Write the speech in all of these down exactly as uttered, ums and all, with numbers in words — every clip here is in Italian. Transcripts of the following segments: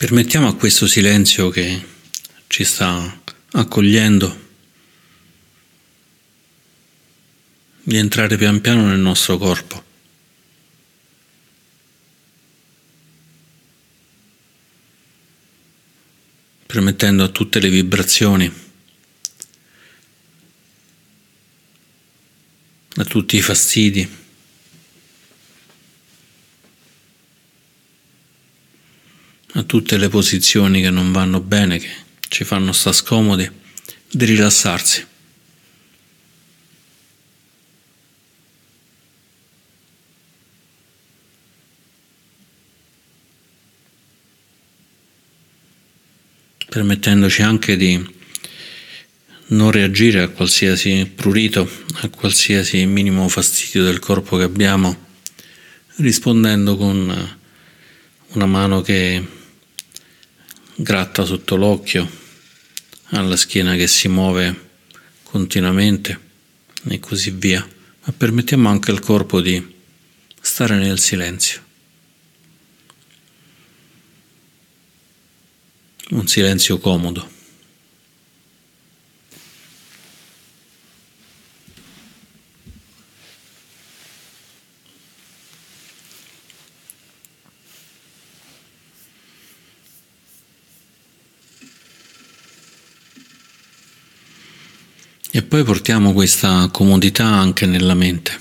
Permettiamo a questo silenzio che ci sta accogliendo di entrare pian piano nel nostro corpo. Permettendo a tutte le vibrazioni, a tutti i fastidi, a tutte le posizioni che non vanno bene, che ci fanno sta scomodi, di rilassarsi. Permettendoci anche di non reagire a qualsiasi prurito, a qualsiasi minimo fastidio del corpo che abbiamo, rispondendo con una mano che gratta sotto l'occhio, alla schiena che si muove continuamente e così via, ma permettiamo anche al corpo di stare nel silenzio. Un silenzio comodo. E poi portiamo questa comodità anche nella mente.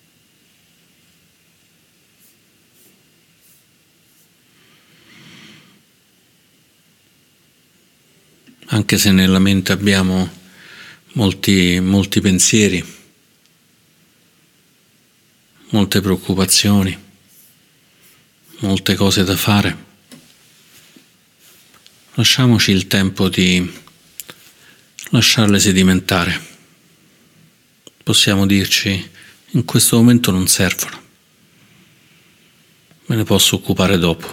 Anche se nella mente abbiamo molti, molti pensieri, molte preoccupazioni, molte cose da fare, lasciamoci il tempo di lasciarle sedimentare. Possiamo dirci: in questo momento non servono, me ne posso occupare dopo.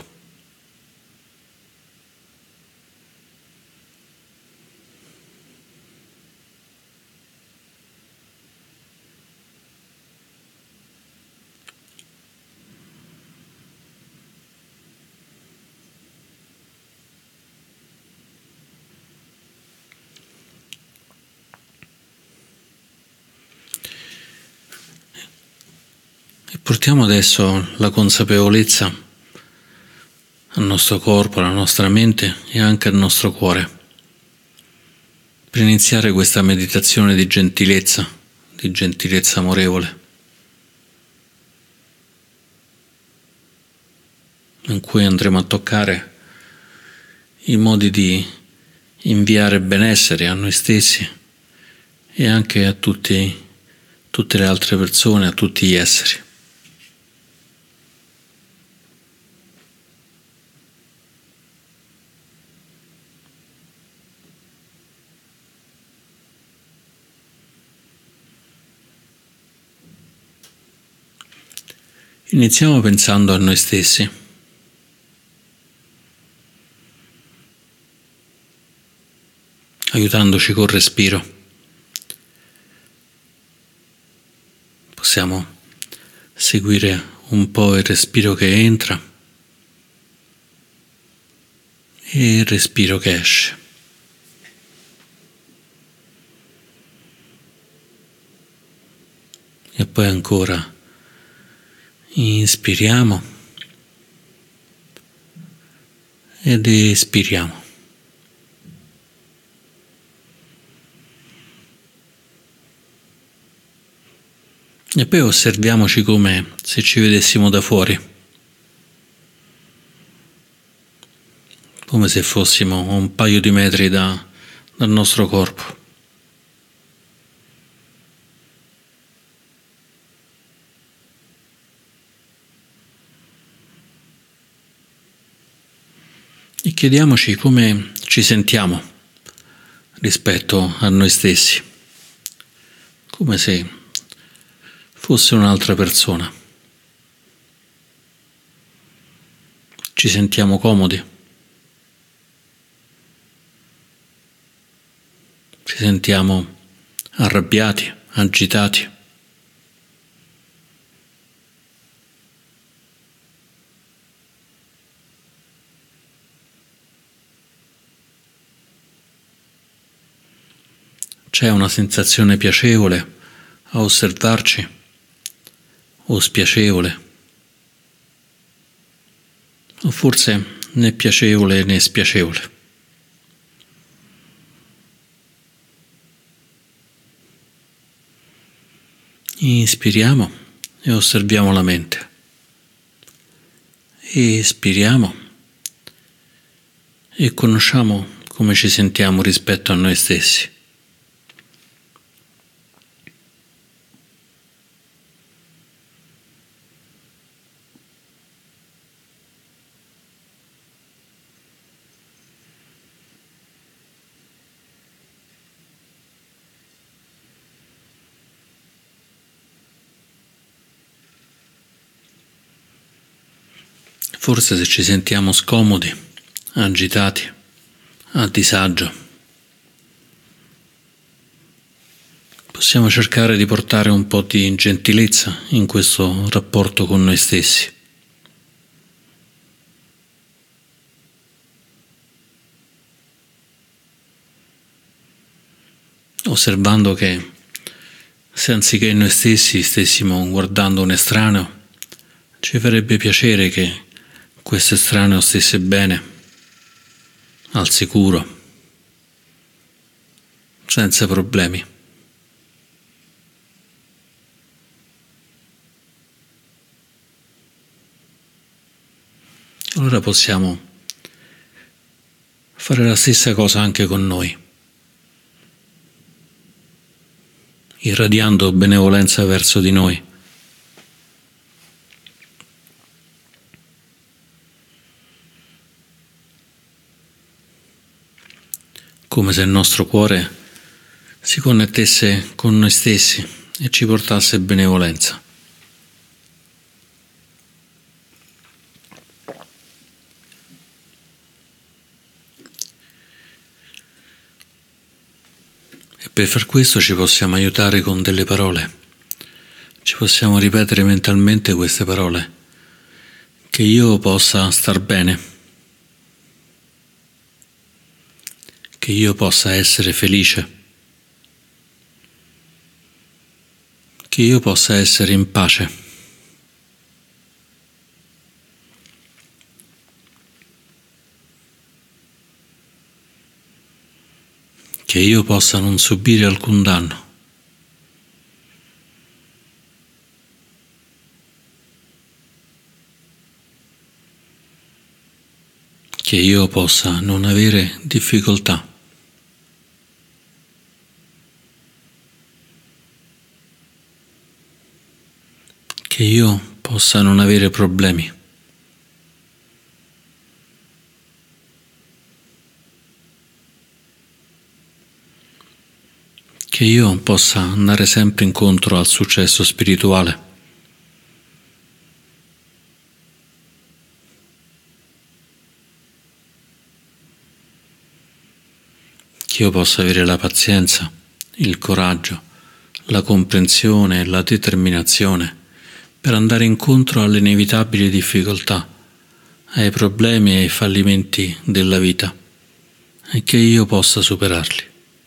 E portiamo adesso la consapevolezza al nostro corpo, alla nostra mente e anche al nostro cuore, per iniziare questa meditazione di gentilezza, di gentilezza amorevole, in cui andremo a toccare i modi di inviare benessere a noi stessi e anche a tutti, tutte le altre persone, a tutti gli esseri. Iniziamo pensando a noi stessi. Aiutandoci col respiro. Possiamo seguire un po' il respiro che entra e il respiro che esce. E poi ancora inspiriamo ed espiriamo. E poi osserviamoci come se ci vedessimo da fuori, come se fossimo un paio di metri da, dal nostro corpo. E chiediamoci come ci sentiamo rispetto a noi stessi, come se fosse un'altra persona. Ci sentiamo comodi? Ci sentiamo arrabbiati, agitati? c'è una sensazione piacevole a osservarci o spiacevole, o forse né piacevole né spiacevole. Inspiriamo e osserviamo la mente. Espiriamo e conosciamo come ci sentiamo rispetto a noi stessi. Forse se ci sentiamo scomodi, agitati, a disagio, possiamo cercare di portare un po' di gentilezza in questo rapporto con noi stessi. Osservando che se anziché noi stessi stessimo guardando un estraneo, ci farebbe piacere che questo estraneo stesse bene, al sicuro, senza problemi. Allora possiamo fare la stessa cosa anche con noi, irradiando benevolenza verso di noi. Come se il nostro cuore si connettesse con noi stessi e ci portasse benevolenza. E per far questo ci possiamo aiutare con delle parole. Ci possiamo ripetere mentalmente queste parole. Che io possa star bene. Che io possa essere felice, che io possa essere in pace, che io possa non subire alcun danno, che io possa non avere difficoltà. Che io possa non avere problemi. Che io possa andare sempre incontro al successo spirituale. Che io possa avere la pazienza, il coraggio, la comprensione e la determinazione per andare incontro alle inevitabili difficoltà, ai problemi e ai fallimenti della vita, e che io possa superarli.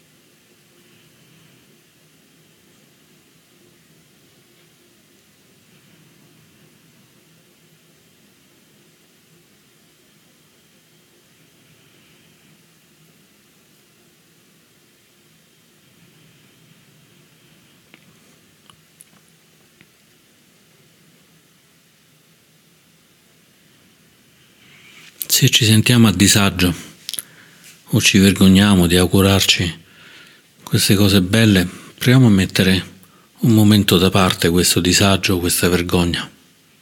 Se ci sentiamo a disagio o ci vergogniamo di augurarci queste cose belle, proviamo a mettere un momento da parte questo disagio, questa vergogna.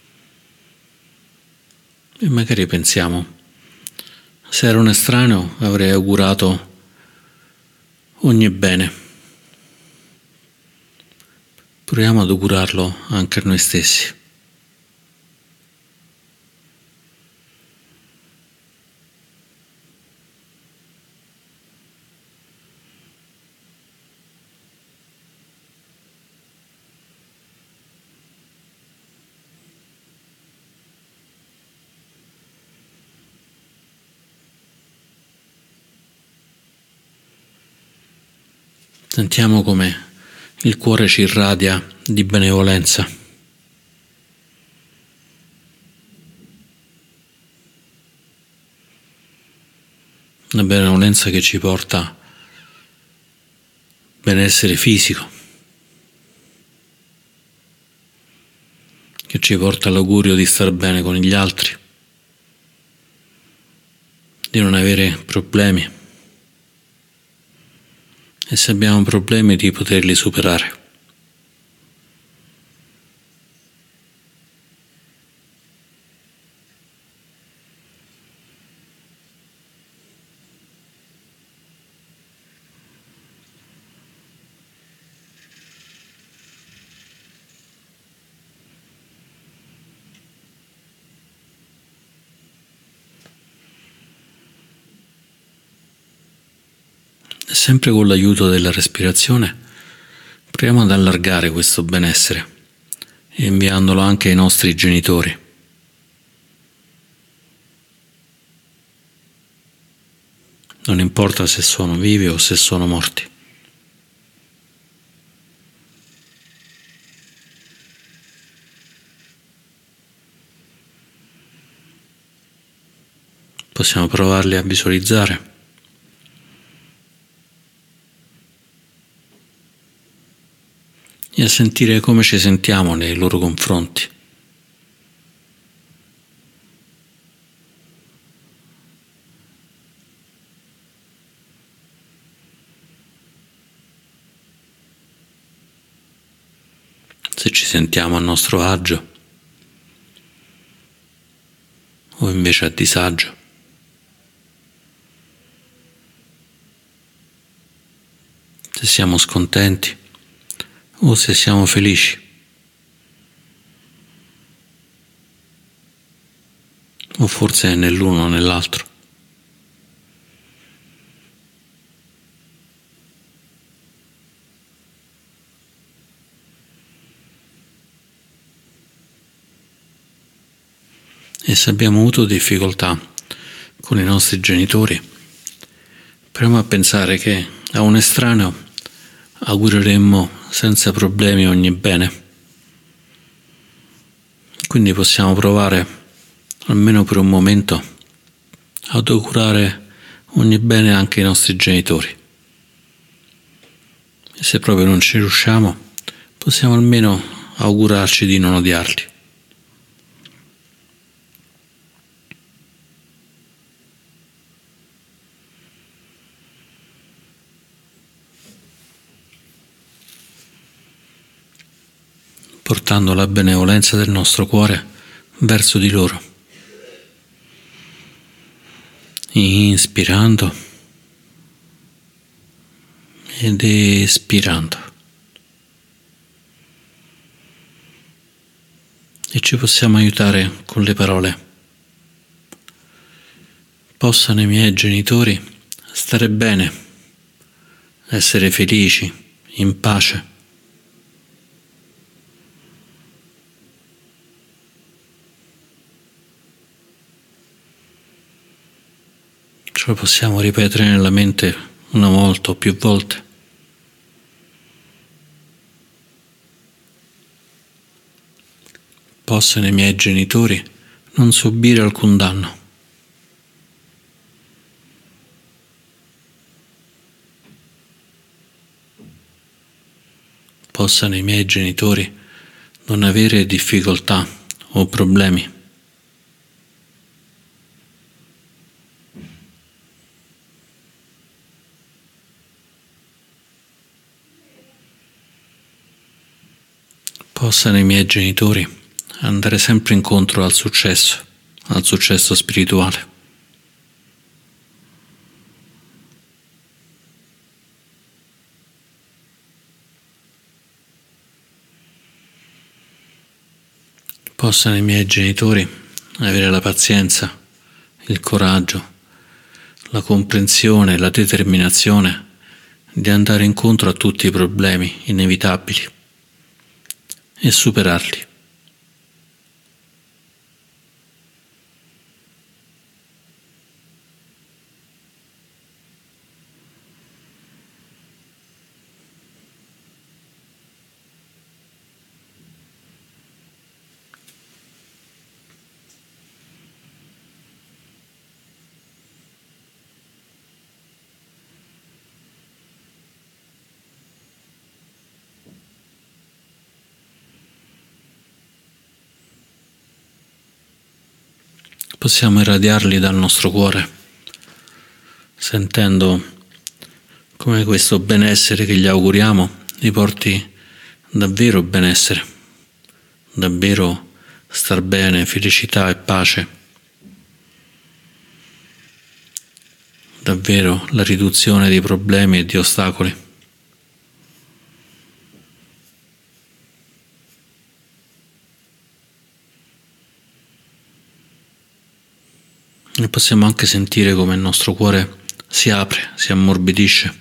E magari pensiamo, se ero un estraneo avrei augurato ogni bene. Proviamo ad augurarlo anche a noi stessi. Sentiamo come il cuore ci irradia di benevolenza. Una benevolenza che ci porta benessere fisico, che ci porta all'augurio di star bene con gli altri, di non avere problemi, e se abbiamo problemi di poterli superare. E sempre con l'aiuto della respirazione proviamo ad allargare questo benessere, inviandolo anche ai nostri genitori. Non importa se sono vivi o se sono morti. Possiamo provarli a visualizzare. E a sentire come ci sentiamo nei loro confronti. Se ci sentiamo a nostro agio o invece a disagio. Se siamo scontenti o se siamo felici, o forse nell'uno o nell'altro. E se abbiamo avuto difficoltà con i nostri genitori, proviamo a pensare che a un estraneo augureremmo senza problemi ogni bene. Quindi possiamo provare, almeno per un momento, ad augurare ogni bene anche ai nostri genitori. E se proprio non ci riusciamo, possiamo almeno augurarci di non odiarli. Portando la benevolenza del nostro cuore verso di loro. Inspirando ed espirando. E ci possiamo aiutare con le parole. Possano i miei genitori stare bene, essere felici, in pace. Ce lo possiamo ripetere nella mente una volta o più volte. Possano i miei genitori non subire alcun danno. Possano i miei genitori non avere difficoltà o problemi. Possano i miei genitori andare sempre incontro al successo, al successo spirituale. Possano i miei genitori avere la pazienza, il coraggio, la comprensione e la determinazione di andare incontro a tutti i problemi inevitabili e superarli. possiamo irradiarli dal nostro cuore, sentendo come questo benessere che gli auguriamo gli porti davvero benessere, davvero star bene, felicità e pace, davvero la riduzione di problemi e di ostacoli. E possiamo anche sentire come il nostro cuore si apre, si ammorbidisce.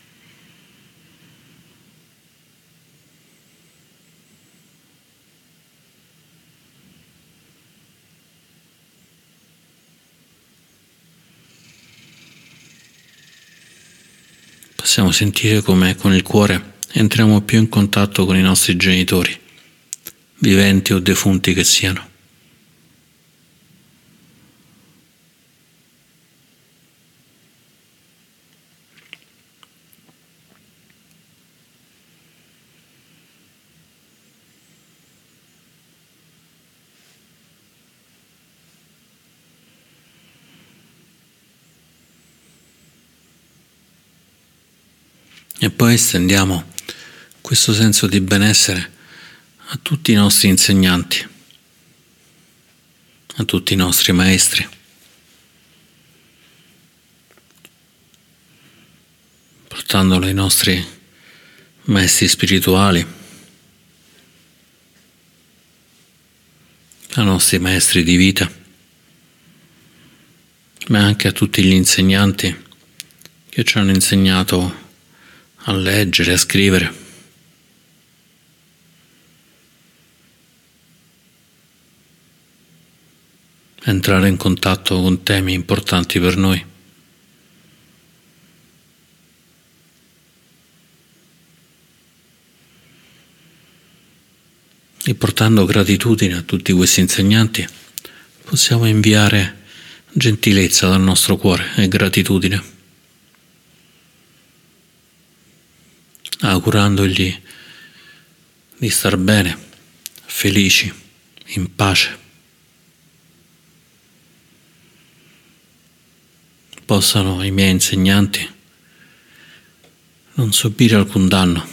Possiamo sentire come con il cuore entriamo più in contatto con i nostri genitori, viventi o defunti che siano. E poi estendiamo questo senso di benessere a tutti i nostri insegnanti, a tutti i nostri maestri, portandolo ai nostri maestri spirituali, ai nostri maestri di vita, ma anche a tutti gli insegnanti che ci hanno insegnato a leggere, a scrivere. A entrare in contatto con temi importanti per noi. E portando gratitudine a tutti questi insegnanti, possiamo inviare gentilezza dal nostro cuore e gratitudine, augurandogli di star bene, felici, in pace. Possano i miei insegnanti non subire alcun danno,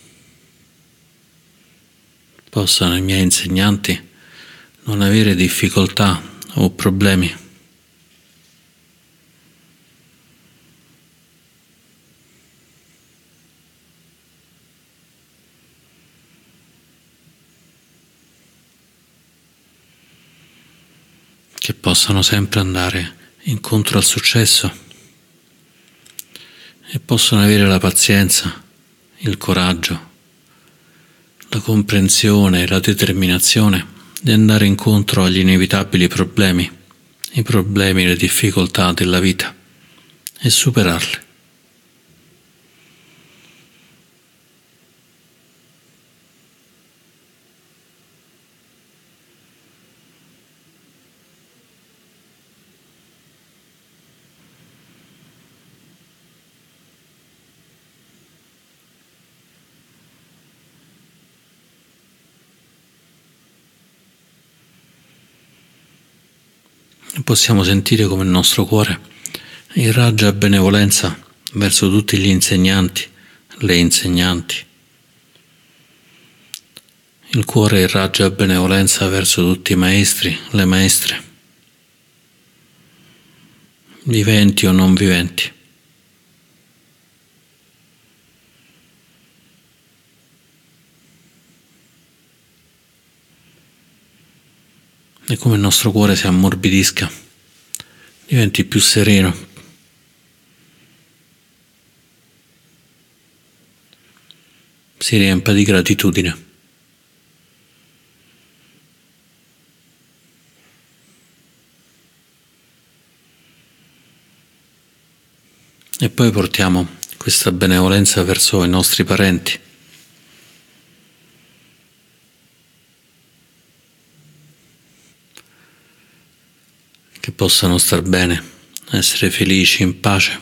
possano i miei insegnanti non avere difficoltà o problemi. Che possano sempre andare incontro al successo e possono avere la pazienza, il coraggio, la comprensione e la determinazione di andare incontro agli inevitabili problemi, i problemi e le difficoltà della vita e superarle. Possiamo sentire come il nostro cuore irraggia benevolenza verso tutti gli insegnanti, le insegnanti. Il cuore irraggia benevolenza verso tutti i maestri, le maestre, viventi o non viventi. E come il nostro cuore si ammorbidisca, diventi più sereno, si riempia di gratitudine. E poi portiamo questa benevolenza verso i nostri parenti, che possano star bene, essere felici, in pace.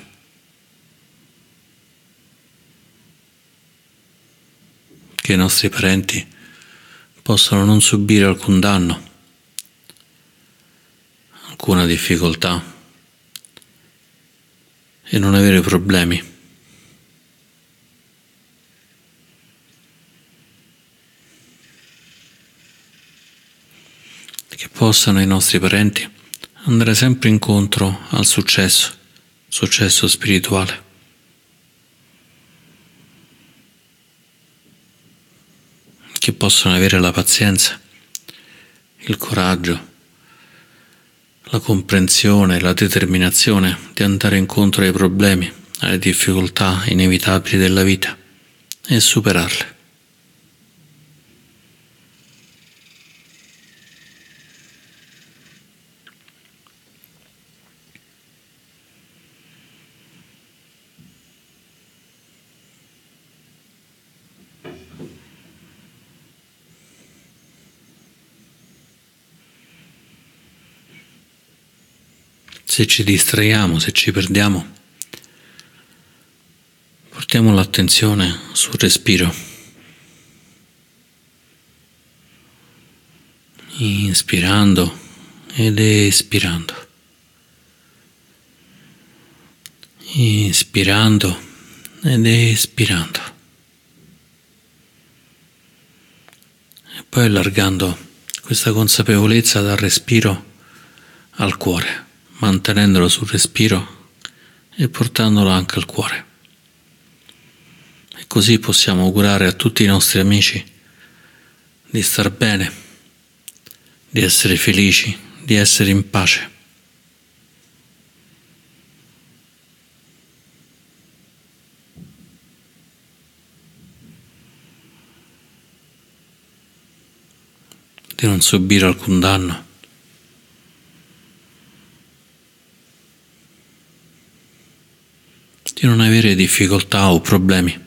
Che i nostri parenti possano non subire alcun danno, alcuna difficoltà e non avere problemi. Che possano i nostri parenti andare sempre incontro al successo, successo spirituale. Che possano avere la pazienza, il coraggio, la comprensione, la determinazione di andare incontro ai problemi, alle difficoltà inevitabili della vita e superarle. Se ci distraiamo, se ci perdiamo, portiamo l'attenzione sul respiro. Inspirando ed espirando. Inspirando ed espirando. E poi allargando questa consapevolezza dal respiro al cuore, mantenendolo sul respiro e portandolo anche al cuore. E così possiamo augurare a tutti i nostri amici di star bene, di essere felici, di essere in pace. Di non subire alcun danno. Di non avere difficoltà o problemi.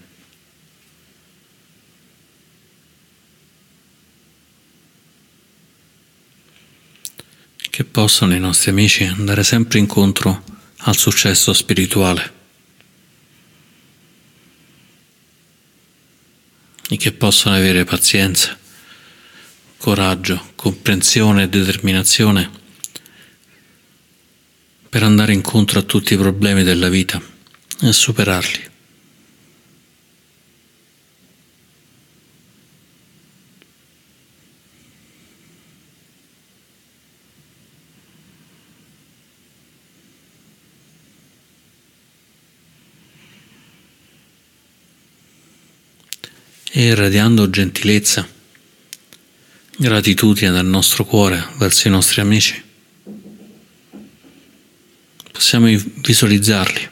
Che possano i nostri amici andare sempre incontro al successo spirituale. E che possano avere pazienza, coraggio, comprensione e determinazione per andare incontro a tutti i problemi della vita e superarli. E irradiando gentilezza, gratitudine dal nostro cuore verso i nostri amici, possiamo visualizzarli.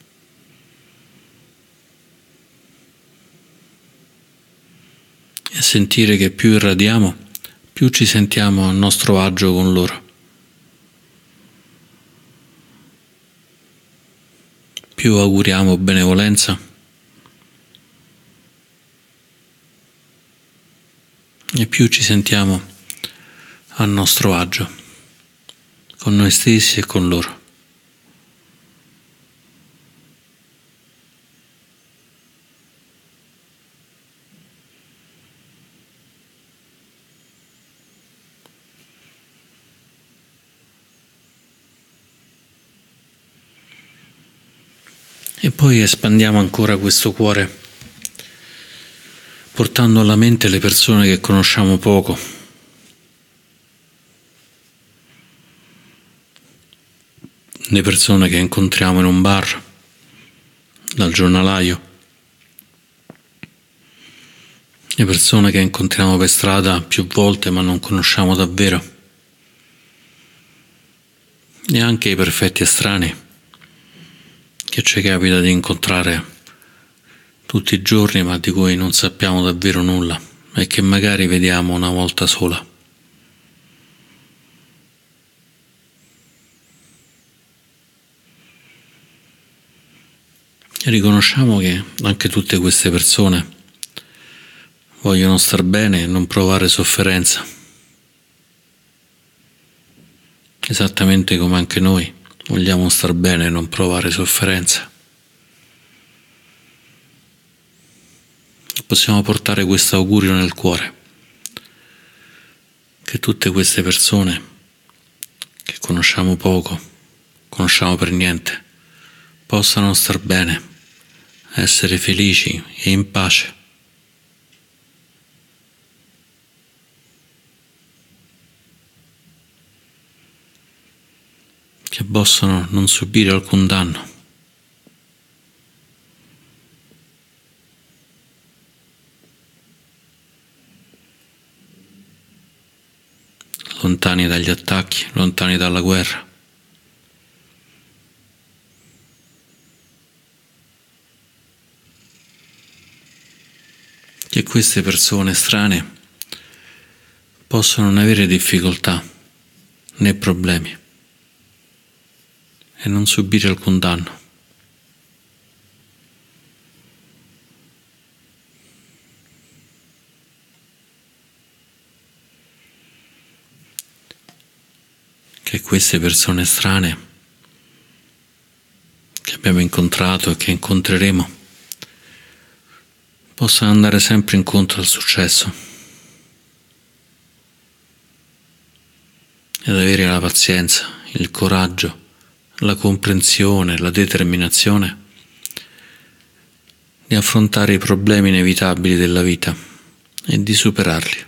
E sentire che più irradiamo, più ci sentiamo a nostro agio con loro. Più auguriamo benevolenza e più ci sentiamo a nostro agio con noi stessi e con loro. E poi espandiamo ancora questo cuore, portando alla mente le persone che conosciamo poco, le persone che incontriamo in un bar, dal giornalaio, le persone che incontriamo per strada più volte ma non conosciamo davvero, e anche i perfetti estranei che ci capita di incontrare tutti i giorni ma di cui non sappiamo davvero nulla e che magari vediamo una volta sola. E riconosciamo che anche tutte queste persone vogliono star bene e non provare sofferenza, esattamente come anche noi vogliamo star bene e non provare sofferenza. Possiamo portare questo augurio nel cuore, che tutte queste persone che conosciamo poco, conosciamo per niente, possano star bene, essere felici e in pace. Che possano non subire alcun danno. Lontani dagli attacchi, lontani dalla guerra. Che queste persone strane possano non avere difficoltà né problemi e non subire alcun danno. Che queste persone strane che abbiamo incontrato e che incontreremo possano andare sempre incontro al successo ed avere la pazienza, il coraggio, la comprensione, la determinazione di affrontare i problemi inevitabili della vita e di superarli.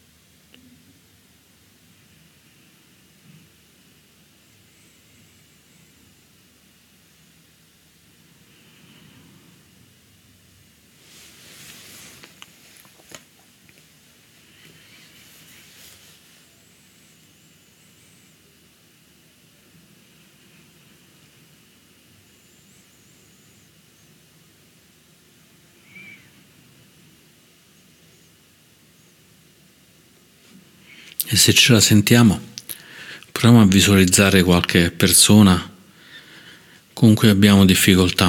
E se ce la sentiamo, proviamo a visualizzare qualche persona con cui abbiamo difficoltà,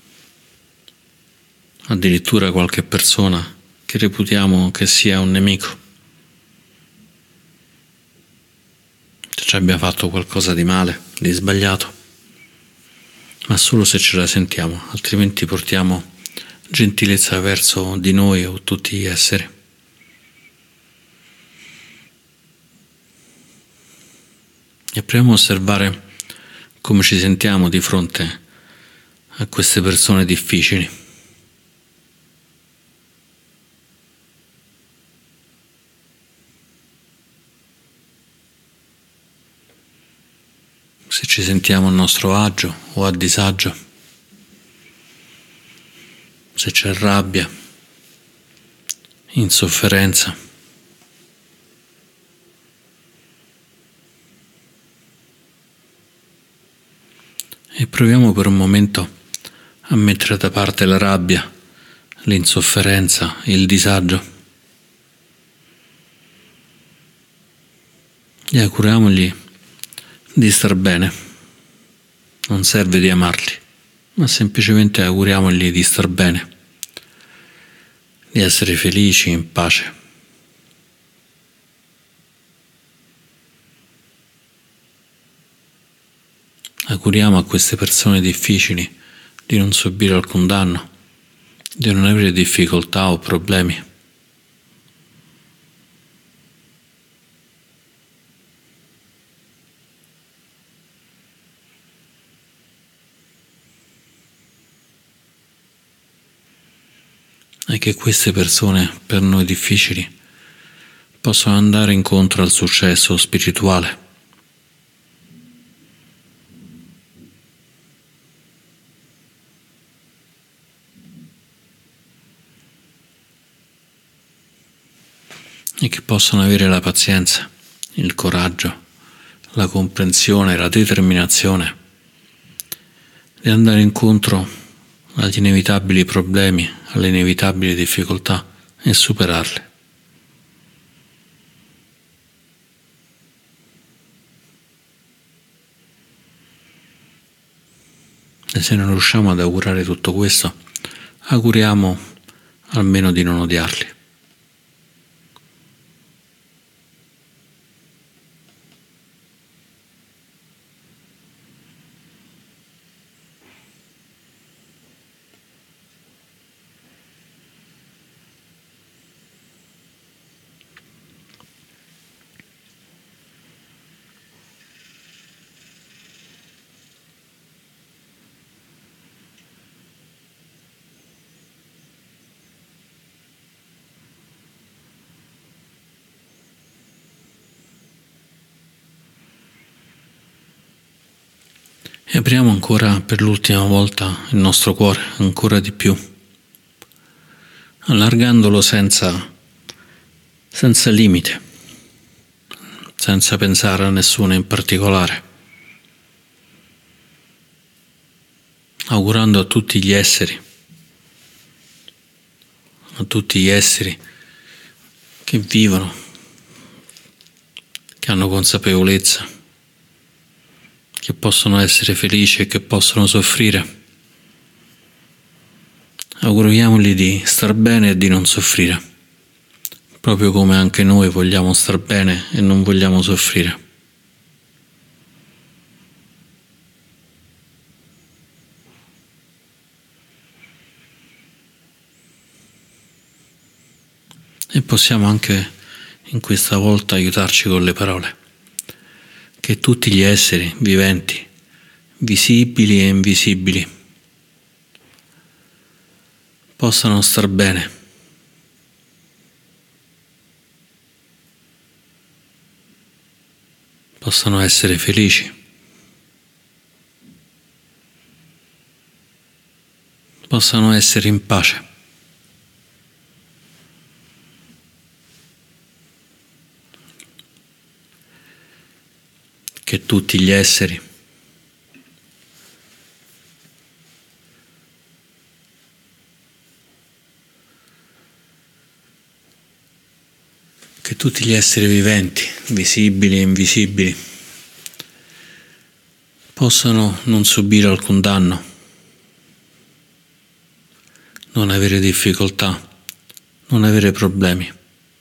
addirittura qualche persona che reputiamo che sia un nemico, che ci abbia fatto qualcosa di male, di sbagliato, ma solo se ce la sentiamo, altrimenti portiamo gentilezza verso di noi o tutti gli esseri. E proviamo a osservare come ci sentiamo di fronte a queste persone difficili. Se ci sentiamo a nostro agio o a disagio, se c'è rabbia, insofferenza. E proviamo per un momento a mettere da parte la rabbia, l'insofferenza, il disagio e auguriamogli di star bene. Non serve di amarli, ma semplicemente auguriamogli di star bene, di essere felici, in pace. Auguriamo a queste persone difficili di non subire alcun danno, di non avere difficoltà o problemi. E che queste persone per noi difficili possano andare incontro al successo spirituale. E che possano avere la pazienza, il coraggio, la comprensione, la determinazione di andare incontro agli inevitabili problemi, alle inevitabili difficoltà e superarle. E se non riusciamo ad augurare tutto questo, auguriamo almeno di non odiarli. E apriamo ancora per l'ultima volta il nostro cuore, ancora di più, allargandolo senza, senza limite, senza pensare a nessuno in particolare, augurando a tutti gli esseri, a tutti gli esseri che vivono, che hanno consapevolezza, che possono essere felici e che possono soffrire. Auguriamogli di star bene e di non soffrire, proprio come anche noi vogliamo star bene e non vogliamo soffrire. E possiamo anche in questa volta aiutarci con le parole. Che tutti gli esseri viventi, visibili e invisibili, possano star bene, possano essere felici, possano essere in pace. Che tutti gli esseri che tutti gli esseri viventi, visibili e invisibili, possano non subire alcun danno, non avere difficoltà, non avere problemi.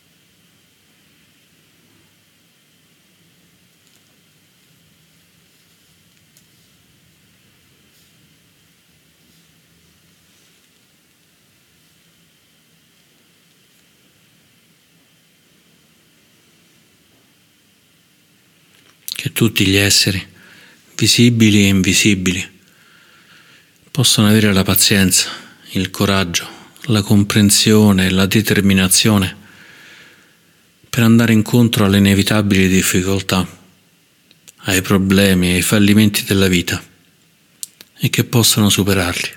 Che tutti gli esseri, visibili e invisibili, possano avere la pazienza, il coraggio, la comprensione e la determinazione per andare incontro alle inevitabili difficoltà, ai problemi e ai fallimenti della vita e che possano superarli.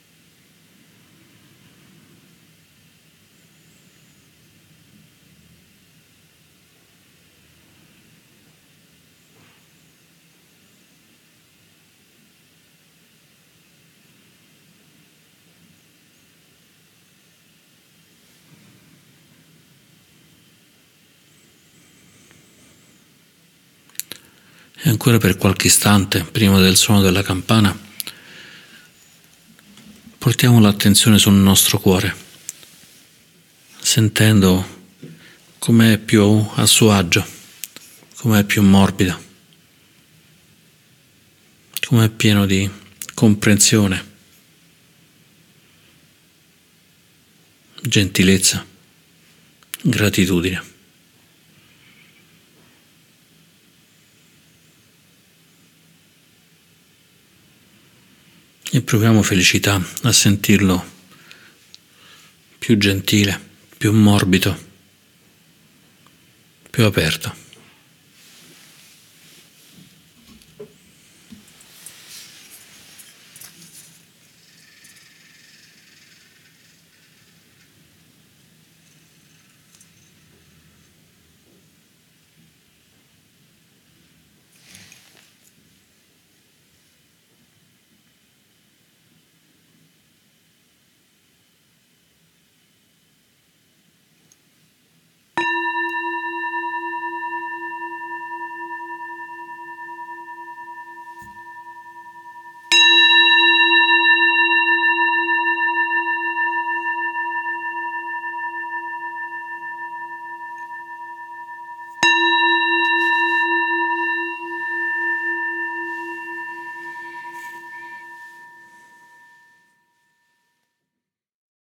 E ancora per qualche istante, prima del suono della campana, portiamo l'attenzione sul nostro cuore, sentendo com'è più a suo agio, com'è più morbido, com'è pieno di comprensione, gentilezza, gratitudine. E proviamo felicità a sentirlo più gentile, più morbido, più aperto.